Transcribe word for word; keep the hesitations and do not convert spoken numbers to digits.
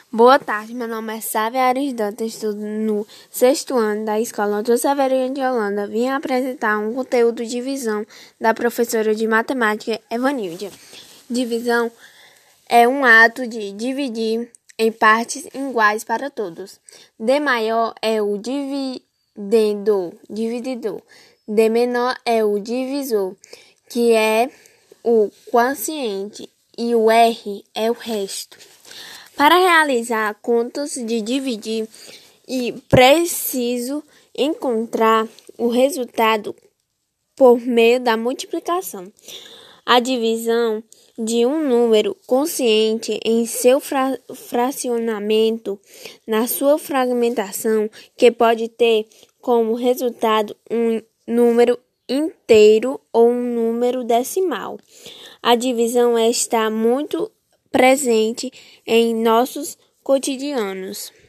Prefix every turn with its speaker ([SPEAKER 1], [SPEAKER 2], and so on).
[SPEAKER 1] Boa tarde, meu nome é Sávia Arisdota, estudo no sexto ano da Escola Doutor Severiano de Holanda. Vim apresentar um conteúdo de divisão da professora de matemática Evanildia. Divisão é um ato de dividir em partes iguais para todos. D maior é o dividendor, divididor. D menor é o divisor, que é o quociente, e o R é o resto. Para realizar contas de dividir, é preciso encontrar o resultado por meio da multiplicação. A divisão de um número consciente em seu fra- fracionamento, na sua fragmentação, que pode ter como resultado um número inteiro ou um número decimal. A divisão está muito presente em nossos cotidianos.